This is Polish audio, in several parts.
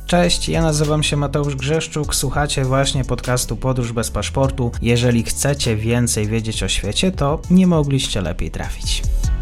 Cześć, ja nazywam się Mateusz Grzeszczuk, słuchacie właśnie podcastu Podróż bez paszportu. Jeżeli chcecie więcej wiedzieć o świecie, to nie mogliście lepiej trafić.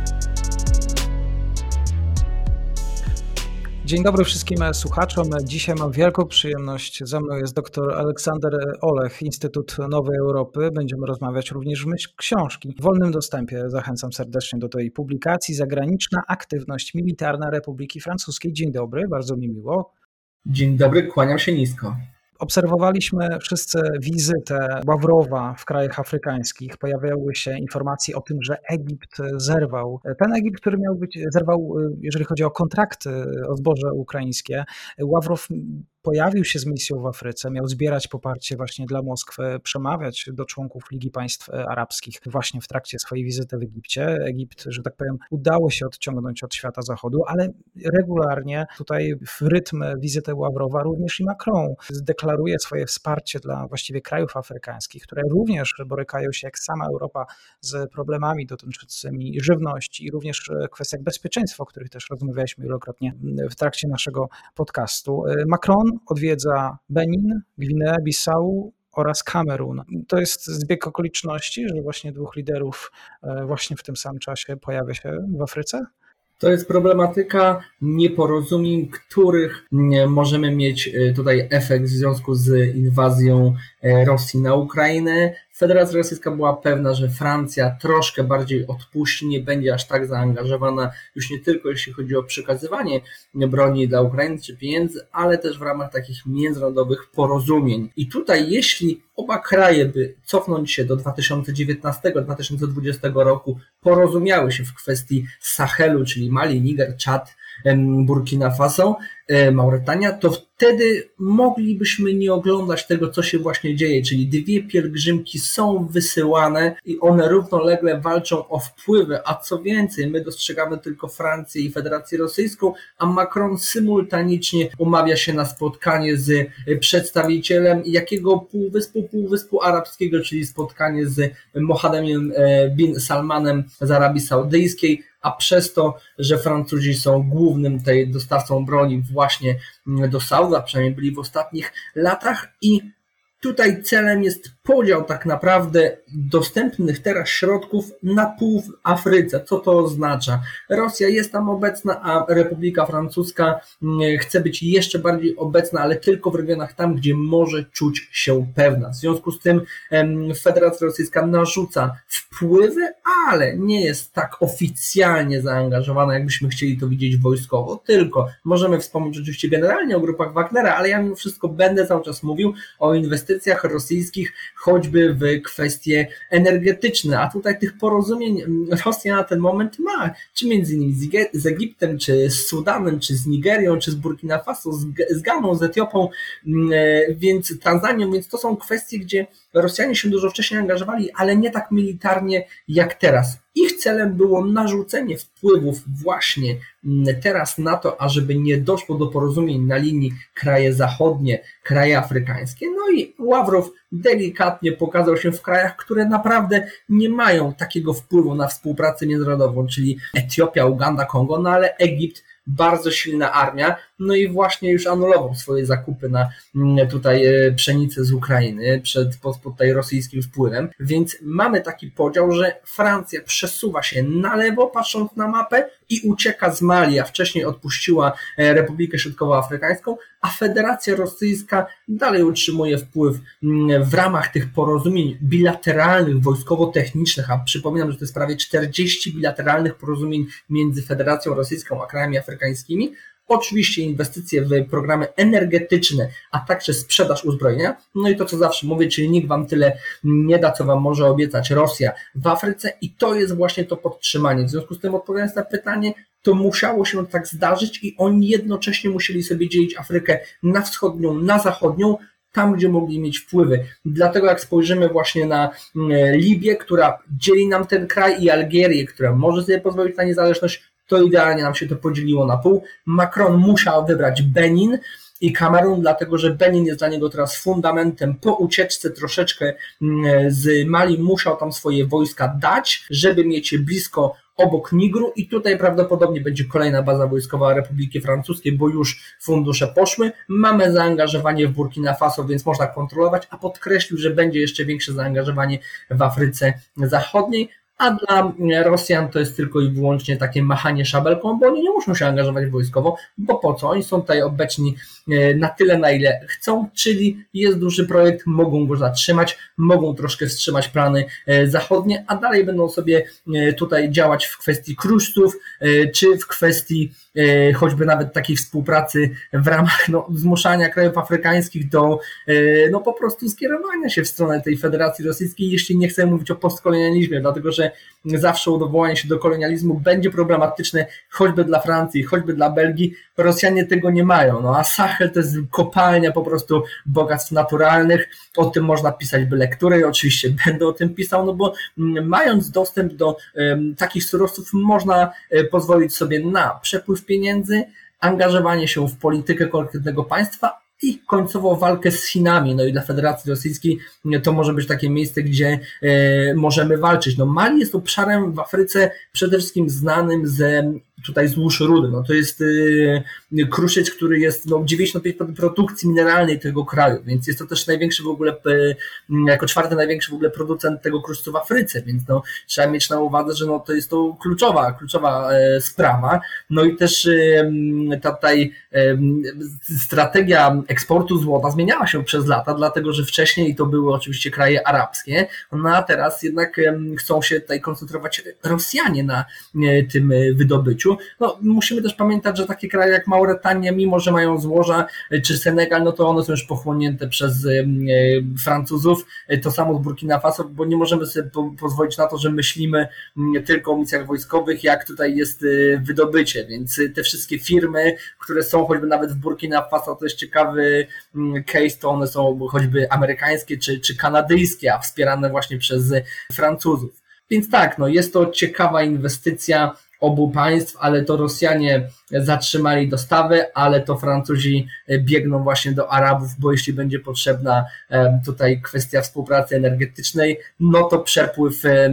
Dzień dobry wszystkim słuchaczom. Dzisiaj mam wielką przyjemność. Ze mną jest dr Aleksander Olech, Instytut Nowej Europy. Będziemy rozmawiać również w myśl książki. W wolnym dostępie zachęcam serdecznie do tej publikacji. Zagraniczna aktywność militarna Republiki Francuskiej. Dzień dobry, bardzo mi miło. Dzień dobry, kłaniam się nisko. Obserwowaliśmy wszyscy wizytę Ławrowa w krajach afrykańskich. Pojawiały się informacje o tym, że Egipt zerwał. Ten Egipt, który zerwał, jeżeli chodzi o kontrakty o zboże ukraińskie. Ławrow pojawił się z misją w Afryce, miał zbierać poparcie właśnie dla Moskwy, przemawiać do członków Ligi Państw Arabskich właśnie w trakcie swojej wizyty w Egipcie. Egipt, że tak powiem, udało się odciągnąć od świata zachodu, ale regularnie tutaj w rytm wizyty Ławrowa również i Macron deklaruje swoje wsparcie dla właściwie krajów afrykańskich, które również borykają się jak sama Europa z problemami dotyczącymi żywności i również kwestiach bezpieczeństwa, o których też rozmawialiśmy wielokrotnie w trakcie naszego podcastu. Macron odwiedza Benin, Gwineę Bissau oraz Kamerun. To jest zbieg okoliczności, że właśnie dwóch liderów właśnie w tym samym czasie pojawia się w Afryce? To jest problematyka nieporozumień, których możemy mieć tutaj efekt w związku z inwazją Rosji na Ukrainę. Federacja Rosyjska była pewna, że Francja troszkę bardziej odpuści, nie będzie aż tak zaangażowana już nie tylko jeśli chodzi o przekazywanie broni dla Ukrainy czy pieniędzy, ale też w ramach takich międzynarodowych porozumień. I tutaj jeśli oba kraje by cofnąć się do 2019-2020 roku, porozumiały się w kwestii Sahelu, czyli Mali, Niger, Czad, Burkina Faso, Mauretania, to wtedy moglibyśmy nie oglądać tego, co się właśnie dzieje, czyli dwie pielgrzymki są wysyłane i one równolegle walczą o wpływy, a co więcej, my dostrzegamy tylko Francję i Federację Rosyjską, a Macron symultanicznie umawia się na spotkanie z przedstawicielem jakiego półwyspu arabskiego, czyli spotkanie z Mohammedem bin Salmanem z Arabii Saudyjskiej, a przez to, że Francuzi są głównym dostawcą broni właśnie do Sauda, przynajmniej byli w ostatnich latach i tutaj celem jest podział tak naprawdę dostępnych teraz środków na pół w Afryce. Co to oznacza? Rosja jest tam obecna, a Republika Francuska chce być jeszcze bardziej obecna, ale tylko w regionach tam, gdzie może czuć się pewna. W związku z tym Federacja Rosyjska narzuca wpływy, ale nie jest tak oficjalnie zaangażowana, jakbyśmy chcieli to widzieć wojskowo, tylko możemy wspomnieć oczywiście generalnie o grupach Wagnera, ale ja mimo wszystko będę cały czas mówił o inwestycjach rosyjskich, choćby w kwestie energetyczne, a tutaj tych porozumień Rosja na ten moment ma, czy między innymi z Egiptem, czy z Sudanem, czy z Nigerią, czy z Burkina Faso, z Ganą, z Etiopią, więc Tanzanią, więc to są kwestie, gdzie Rosjanie się dużo wcześniej angażowali, ale nie tak militarnie jak teraz. Ich celem było narzucenie wpływów właśnie teraz na to, ażeby nie doszło do porozumień na linii kraje zachodnie, kraje afrykańskie. No i Ławrow delikatnie pokazał się w krajach, które naprawdę nie mają takiego wpływu na współpracę międzynarodową, czyli Etiopia, Uganda, Kongo, no ale Egipt, bardzo silna armia, no i właśnie już anulował swoje zakupy na tutaj pszenicę z Ukrainy pod tej rosyjskim wpływem, więc mamy taki podział, że Francja przesuwa się na lewo, patrząc na mapę i ucieka z Mali, a wcześniej odpuściła Republikę Środkowoafrykańską, a Federacja Rosyjska dalej utrzymuje wpływ w ramach tych porozumień bilateralnych, wojskowo-technicznych, a przypominam, że to jest prawie 40 bilateralnych porozumień między Federacją Rosyjską a krajami afrykańskimi. Oczywiście inwestycje w programy energetyczne, a także sprzedaż uzbrojenia. No i to, co zawsze mówię, czyli nikt wam tyle nie da, co wam może obiecać Rosja w Afryce i to jest właśnie to podtrzymanie. W związku z tym, odpowiadając na pytanie, to musiało się tak zdarzyć i oni jednocześnie musieli sobie dzielić Afrykę na wschodnią, na zachodnią, tam, gdzie mogli mieć wpływy. Dlatego jak spojrzymy właśnie na Libię, która dzieli nam ten kraj, i Algierię, która może sobie pozwolić na niezależność, to idealnie nam się to podzieliło na pół. Macron musiał wybrać Benin, i Kamerun, dlatego że Benin jest dla niego teraz fundamentem. Po ucieczce troszeczkę z Mali musiał tam swoje wojska dać, żeby mieć blisko obok Nigru i tutaj prawdopodobnie będzie kolejna baza wojskowa Republiki Francuskiej, bo już fundusze poszły. Mamy zaangażowanie w Burkina Faso, więc można kontrolować, a podkreślił, że będzie jeszcze większe zaangażowanie w Afryce Zachodniej, a dla Rosjan to jest tylko i wyłącznie takie machanie szabelką, bo oni nie muszą się angażować wojskowo, bo po co? Oni są tutaj obecni na tyle, na ile chcą, czyli jest duży projekt, mogą go zatrzymać, mogą troszkę wstrzymać plany zachodnie, a dalej będą sobie tutaj działać w kwestii kruszców, czy w kwestii choćby nawet takiej współpracy w ramach zmuszania krajów afrykańskich do po prostu skierowania się w stronę tej Federacji Rosyjskiej, jeśli nie chcę mówić o postkolonializmie, dlatego że zawsze odwołanie się do kolonializmu będzie problematyczne choćby dla Francji, choćby dla Belgii. Rosjanie tego nie mają, a Sahel to jest kopalnia po prostu bogactw naturalnych, o tym można pisać byle które i oczywiście będę o tym pisał, bo mając dostęp do takich surowców można pozwolić sobie na przepływ pieniędzy, angażowanie się w politykę konkretnego państwa i końcowo walkę z Chinami. I dla Federacji Rosyjskiej to może być takie miejsce, gdzie możemy walczyć. Mali jest obszarem w Afryce przede wszystkim znanym ze tutaj złóż rudy. To jest kruszyec, który jest 95% produkcji mineralnej tego kraju, więc jest to też największy w ogóle, jako czwarty największy w ogóle producent tego kruszcu w Afryce, więc trzeba mieć na uwadze, że to jest to kluczowa sprawa. I też ta tutaj strategia eksportu złota zmieniała się przez lata, dlatego że wcześniej to były oczywiście kraje arabskie, a teraz jednak chcą się tutaj koncentrować Rosjanie na tym wydobyciu. Musimy też pamiętać, że takie kraje jak Mauretania, mimo że mają złoża, czy Senegal, to one są już pochłonięte przez Francuzów, to samo z Burkina Faso, bo nie możemy sobie pozwolić na to, że myślimy tylko o misjach wojskowych, jak tutaj jest wydobycie, więc te wszystkie firmy, które są choćby nawet w Burkina Faso, to jest ciekawy case, to one są choćby amerykańskie czy kanadyjskie, a wspierane właśnie przez Francuzów. Więc tak, jest to ciekawa inwestycja obu państw, ale to Rosjanie zatrzymali dostawy, ale to Francuzi biegną właśnie do Arabów, bo jeśli będzie potrzebna tutaj kwestia współpracy energetycznej, to przepływ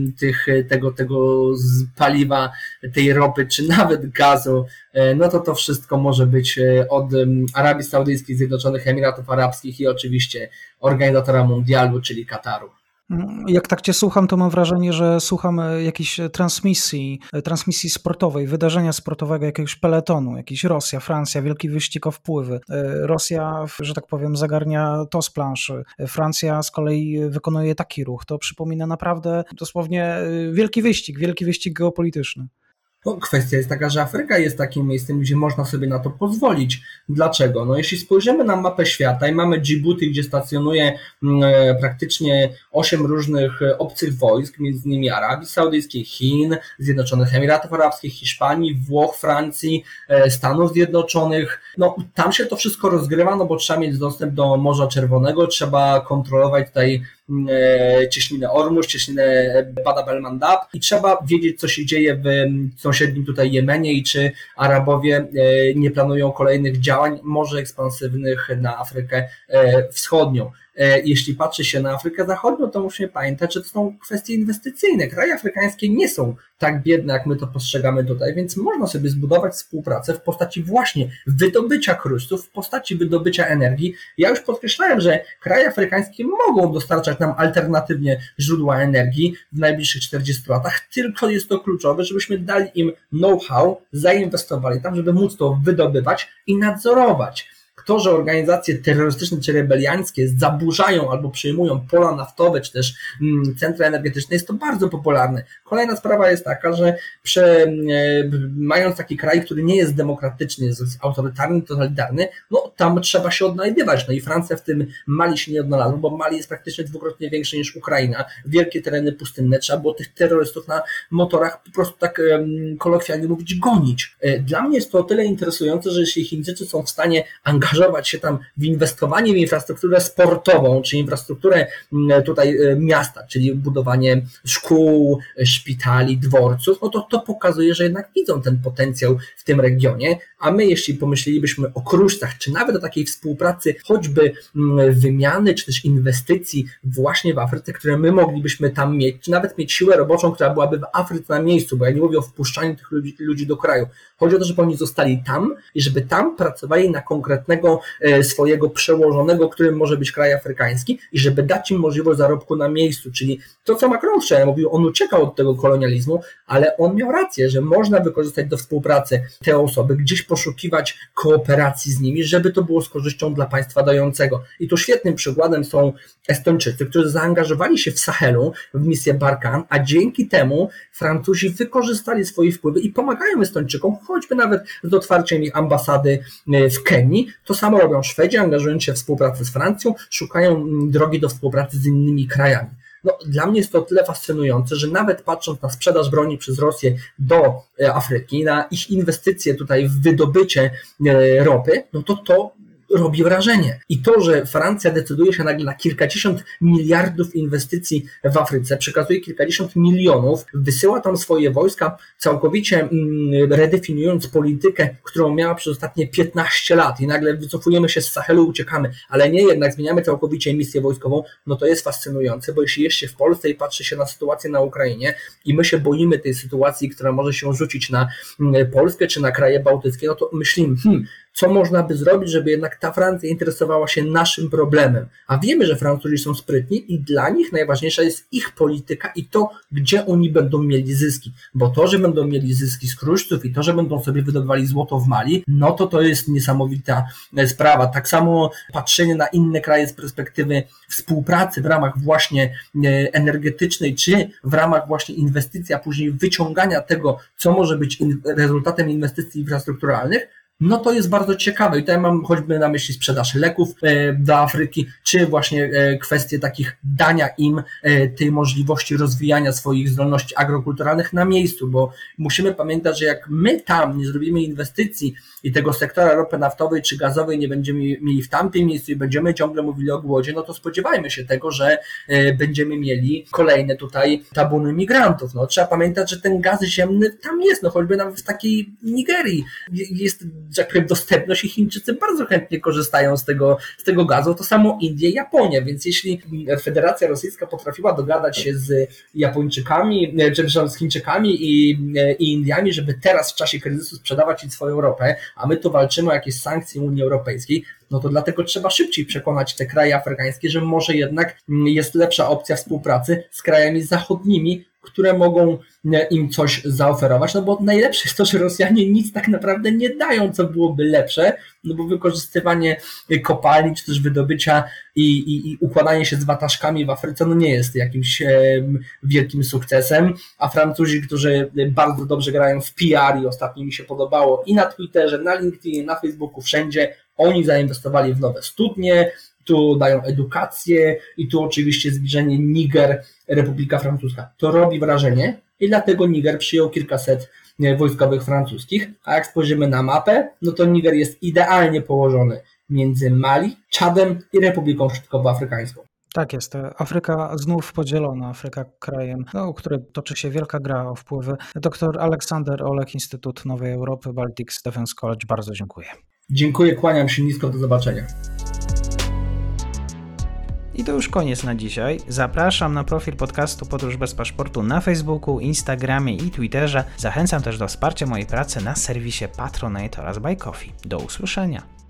tego z paliwa, tej ropy, czy nawet gazu, to wszystko może być od Arabii Saudyjskiej, Zjednoczonych Emiratów Arabskich i oczywiście organizatora mundialu, czyli Kataru. Jak tak cię słucham, to mam wrażenie, że słucham jakiejś transmisji sportowej, wydarzenia sportowego, jakiegoś peletonu, jakiś Rosja, Francja, wielki wyścig o wpływy. Rosja, że tak powiem, zagarnia to z planszy. Francja z kolei wykonuje taki ruch. To przypomina naprawdę dosłownie wielki wyścig geopolityczny. Kwestia jest taka, że Afryka jest takim miejscem, gdzie można sobie na to pozwolić. Dlaczego? Jeśli spojrzymy na mapę świata i mamy Djibouti, gdzie stacjonuje praktycznie 8 różnych obcych wojsk, między innymi Arabii Saudyjskiej, Chin, Zjednoczonych Emiratów Arabskich, Hiszpanii, Włoch, Francji, Stanów Zjednoczonych. Tam się to wszystko rozgrywa, bo trzeba mieć dostęp do Morza Czerwonego, trzeba kontrolować tutaj cieśninę Ormusz, cieśninę Bab el-Mandab i trzeba wiedzieć, co się dzieje w sąsiednim tutaj Jemenie i czy Arabowie nie planują kolejnych działań, może ekspansywnych na Afrykę Wschodnią. Jeśli patrzy się na Afrykę Zachodnią, to musimy pamiętać, że to są kwestie inwestycyjne. Kraje afrykańskie nie są tak biedne, jak my to postrzegamy tutaj, więc można sobie zbudować współpracę w postaci właśnie wydobycia kruszców, w postaci wydobycia energii. Ja już podkreślałem, że kraje afrykańskie mogą dostarczać nam alternatywnie źródła energii w najbliższych 40 latach, tylko jest to kluczowe, żebyśmy dali im know-how, zainwestowali tam, żeby móc to wydobywać i nadzorować. To, że organizacje terrorystyczne czy rebelianckie zaburzają albo przejmują pola naftowe, czy też centra energetyczne, jest to bardzo popularne. Kolejna sprawa jest taka, że mając taki kraj, który nie jest demokratyczny, jest autorytarny, totalitarny, tam trzeba się odnajdywać. I Francja w tym Mali się nie odnalazła, bo Mali jest praktycznie dwukrotnie większe niż Ukraina. Wielkie tereny pustynne, trzeba było tych terrorystów na motorach po prostu tak kolokwialnie mówić, gonić. Dla mnie jest to o tyle interesujące, że jeśli Chińczycy są w stanie angażować zaangażować się tam w inwestowanie w infrastrukturę sportową, czy infrastrukturę tutaj miasta, czyli budowanie szkół, szpitali, dworców, no to pokazuje, że jednak widzą ten potencjał w tym regionie, a my jeśli pomyślelibyśmy o kruszcach, czy nawet o takiej współpracy, choćby wymiany, czy też inwestycji właśnie w Afryce, które my moglibyśmy tam mieć, czy nawet mieć siłę roboczą, która byłaby w Afryce na miejscu, bo ja nie mówię o wpuszczaniu tych ludzi do kraju. Chodzi o to, żeby oni zostali tam i żeby tam pracowali na konkretnego swojego przełożonego, którym może być kraj afrykański i żeby dać im możliwość zarobku na miejscu, czyli to, co Macron wczoraj mówił, on uciekał od tego kolonializmu, ale on miał rację, że można wykorzystać do współpracy te osoby, gdzieś poszukiwać kooperacji z nimi, żeby to było z korzyścią dla państwa dającego. I tu świetnym przykładem są Estończycy, którzy zaangażowali się w Sahelu, w misję Barkan, a dzięki temu Francuzi wykorzystali swoje wpływy i pomagają Estończykom, choćby nawet z otwarciem ich ambasady w Kenii. To samo robią Szwedzi, angażując się w współpracę z Francją, szukają drogi do współpracy z innymi krajami. No, dla mnie jest to o tyle fascynujące, że nawet patrząc na sprzedaż broni przez Rosję do Afryki, na ich inwestycje tutaj w wydobycie ropy, no to robi wrażenie. I to, że Francja decyduje się nagle na kilkadziesiąt miliardów inwestycji w Afryce, przekazuje kilkadziesiąt milionów, wysyła tam swoje wojska, całkowicie redefiniując politykę, którą miała przez ostatnie 15 lat i nagle wycofujemy się z Sahelu, uciekamy, ale nie, jednak zmieniamy całkowicie misję wojskową, no to jest fascynujące, bo jeśli jest się w Polsce i patrzy się na sytuację na Ukrainie i my się boimy tej sytuacji, która może się rzucić na Polskę czy na kraje bałtyckie, no to myślimy, co można by zrobić, żeby jednak ta Francja interesowała się naszym problemem. A wiemy, że Francuzi są sprytni i dla nich najważniejsza jest ich polityka i to, gdzie oni będą mieli zyski. Bo to, że będą mieli zyski z kruszców i to, że będą sobie wydobywali złoto w Mali, no to jest niesamowita sprawa. Tak samo patrzenie na inne kraje z perspektywy współpracy w ramach właśnie energetycznej, czy w ramach właśnie inwestycji, a później wyciągania tego, co może być rezultatem inwestycji infrastrukturalnych, no to jest bardzo ciekawe i tutaj mam choćby na myśli sprzedaż leków do Afryki, czy właśnie kwestie takich dania im tej możliwości rozwijania swoich zdolności agrokulturalnych na miejscu, bo musimy pamiętać, że jak my tam nie zrobimy inwestycji i tego sektora ropy naftowej czy gazowej nie będziemy mieli w tamtym miejscu i będziemy ciągle mówili o głodzie, no to spodziewajmy się tego, że będziemy mieli kolejne tutaj tabuny migrantów. No, trzeba pamiętać, że ten gaz ziemny tam jest, no choćby nawet w takiej Nigerii jest, że jak powiem, dostępność i Chińczycy bardzo chętnie korzystają z tego gazu, to samo Indie i Japonia, więc jeśli Federacja Rosyjska potrafiła dogadać się z Japończykami, czy z Chińczykami i Indiami, żeby teraz w czasie kryzysu sprzedawać im swoją ropę, a my tu walczymy o jakieś sankcje Unii Europejskiej, no to dlatego trzeba szybciej przekonać te kraje afrykańskie, że może jednak jest lepsza opcja współpracy z krajami zachodnimi, które mogą im coś zaoferować, no bo najlepsze jest to, że Rosjanie nic tak naprawdę nie dają, co byłoby lepsze, no bo wykorzystywanie kopalni, czy też wydobycia i układanie się z wataszkami w Afryce, no nie jest jakimś wielkim sukcesem, a Francuzi, którzy bardzo dobrze grają w PR i ostatnio mi się podobało i na Twitterze, na LinkedInie, na Facebooku, wszędzie, oni zainwestowali w nowe studnie, tu dają edukację i tu oczywiście zbliżenie Niger, Republika Francuska. To robi wrażenie i dlatego Niger przyjął kilkaset wojskowych francuskich, a jak spojrzymy na mapę, no to Niger jest idealnie położony między Mali, Czadem i Republiką Środkowoafrykańską. Tak jest. Afryka znów podzielona. Afryka krajem, o którym toczy się wielka gra o wpływy. Dr Aleksander Olech, Instytut Nowej Europy, Baltic Defense College. Bardzo dziękuję. Dziękuję, kłaniam się nisko, do zobaczenia. I to już koniec na dzisiaj. Zapraszam na profil podcastu Podróż bez paszportu na Facebooku, Instagramie i Twitterze. Zachęcam też do wsparcia mojej pracy na serwisie Patronite oraz Buy Coffee. Do usłyszenia.